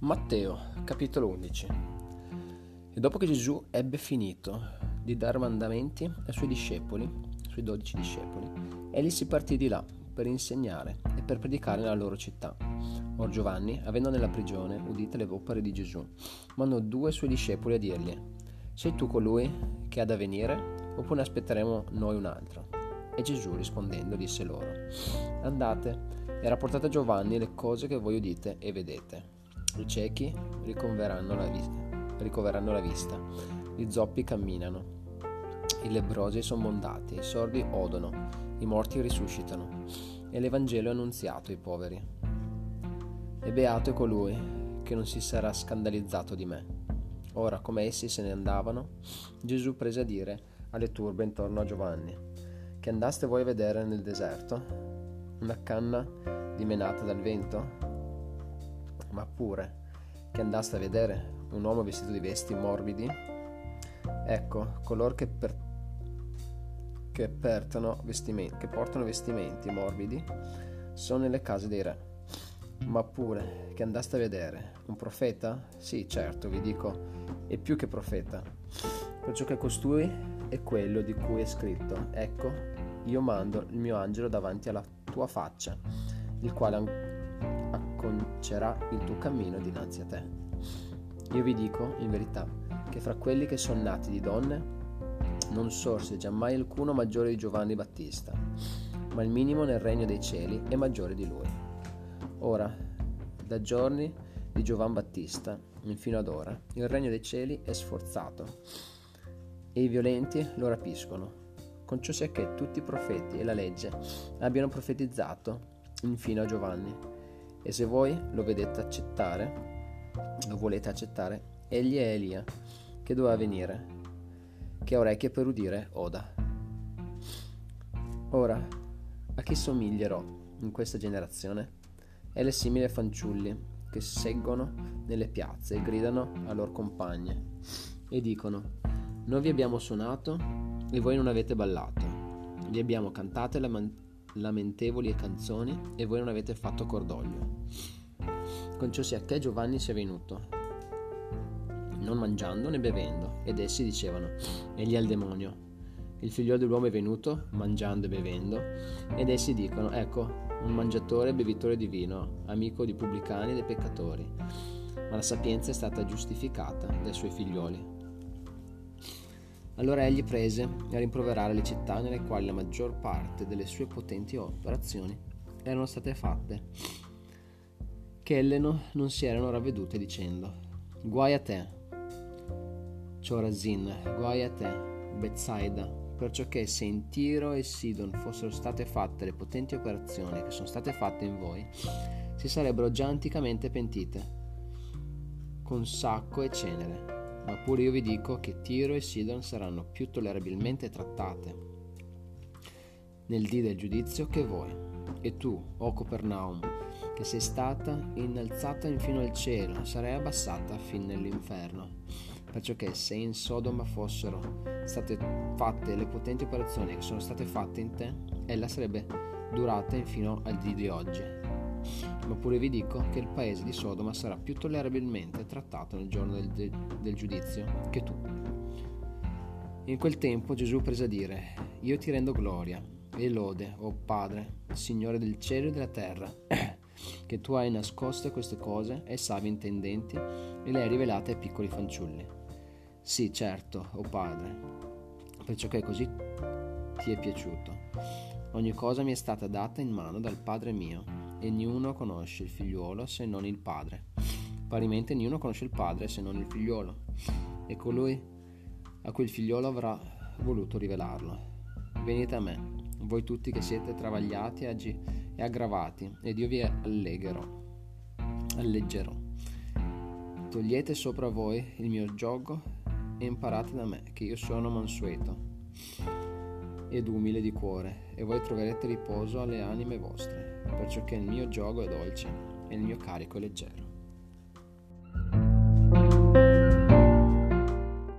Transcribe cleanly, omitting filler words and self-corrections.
Matteo, capitolo 11. E dopo che Gesù ebbe finito di dare mandamenti ai suoi 12 discepoli, egli si partì di là per insegnare e per predicare nella loro città. Or Giovanni, avendo nella prigione udite le opere di Gesù, mandò 2 suoi discepoli a dirgli: sei tu colui che ha da venire, oppure aspetteremo noi un altro? E Gesù rispondendo disse loro: andate e rapportate a Giovanni le cose che voi udite e vedete. I ciechi ricoverranno la vista, gli zoppi camminano, i lebbrosi sono mondati, i sordi odono, i morti risuscitano, e l'Evangelo è annunziato ai poveri. E beato è colui che non si sarà scandalizzato di me. Ora, come essi se ne andavano, Gesù prese a dire alle turbe intorno a Giovanni: che andaste voi a vedere nel deserto? Una canna dimenata dal vento? Ma pure che andaste a vedere un uomo vestito di vesti morbidi? Ecco, coloro che portano vestimenti morbidi sono nelle case dei re. Ma pure che andaste a vedere un profeta? Sì, certo, vi dico, è più che profeta, perciò che costui è quello di cui è scritto: ecco, io mando il mio angelo davanti alla tua faccia, il quale acconcerà il tuo cammino dinanzi a te. Io vi dico in verità che fra quelli che sono nati di donne non sorse giammai alcuno maggiore di Giovanni Battista, ma il minimo nel regno dei cieli è maggiore di lui. Ora, da giorni di Giovan Battista infino ad ora, il regno dei cieli è sforzato e i violenti lo rapiscono, con ciò sia che tutti i profeti e la legge abbiano profetizzato infino a Giovanni. E se voi lo volete accettare, egli è Elia, che doveva venire, che ha orecchie per udire oda. Ora, a chi somiglierò in questa generazione? È simile ai fanciulli che seggono nelle piazze e gridano a loro compagne e dicono: noi vi abbiamo suonato e voi non avete ballato, vi abbiamo cantate lamentevoli e canzoni e voi non avete fatto cordoglio. Con ciò sia che Giovanni sia venuto, non mangiando né bevendo, ed essi dicevano: egli è il demonio. Il figlio dell'uomo è venuto, mangiando e bevendo, ed essi dicono: ecco, un mangiatore e bevitore di vino, amico di pubblicani e dei peccatori. Ma la sapienza è stata giustificata dai suoi figlioli. Allora egli prese a rimproverare le città nelle quali la maggior parte delle sue potenti operazioni erano state fatte, che elle non si erano ravvedute, dicendo: guai a te, Chorazin, guai a te, Betsaida, perciò che se in Tiro e Sidon fossero state fatte le potenti operazioni che sono state fatte in voi, si sarebbero già anticamente pentite con sacco e cenere. Ma pure io vi dico che Tiro e Sidon saranno più tollerabilmente trattate nel dì del giudizio che voi. E tu, o Copernaum, che sei stata innalzata infino al cielo, sarai abbassata fin nell'inferno. Perciò che se in Sodoma fossero state fatte le potenti operazioni che sono state fatte in te, ella sarebbe durata infino al dì di oggi. Ma pure vi dico che il paese di Sodoma sarà più tollerabilmente trattato nel giorno del giudizio che tu. In quel tempo Gesù prese a dire: io ti rendo gloria e lode, o Padre, Signore del cielo e della terra, che tu hai nascoste queste cose ai savi intendenti e le hai rivelate ai piccoli fanciulli. Sì, certo, o Padre, perciò che così ti è piaciuto. Ogni cosa mi è stata data in mano dal Padre mio, e niuno conosce il figliuolo se non il Padre. Parimente niuno conosce il Padre se non il figliuolo, e colui a cui il figliuolo avrà voluto rivelarlo. Venite a me, voi tutti che siete travagliati e aggravati, ed io vi alleggerò. Togliete sopra voi il mio giogo e imparate da me, che io sono mansueto ed umile di cuore, e voi troverete riposo alle anime vostre, perciò che il mio giogo è dolce e il mio carico è leggero.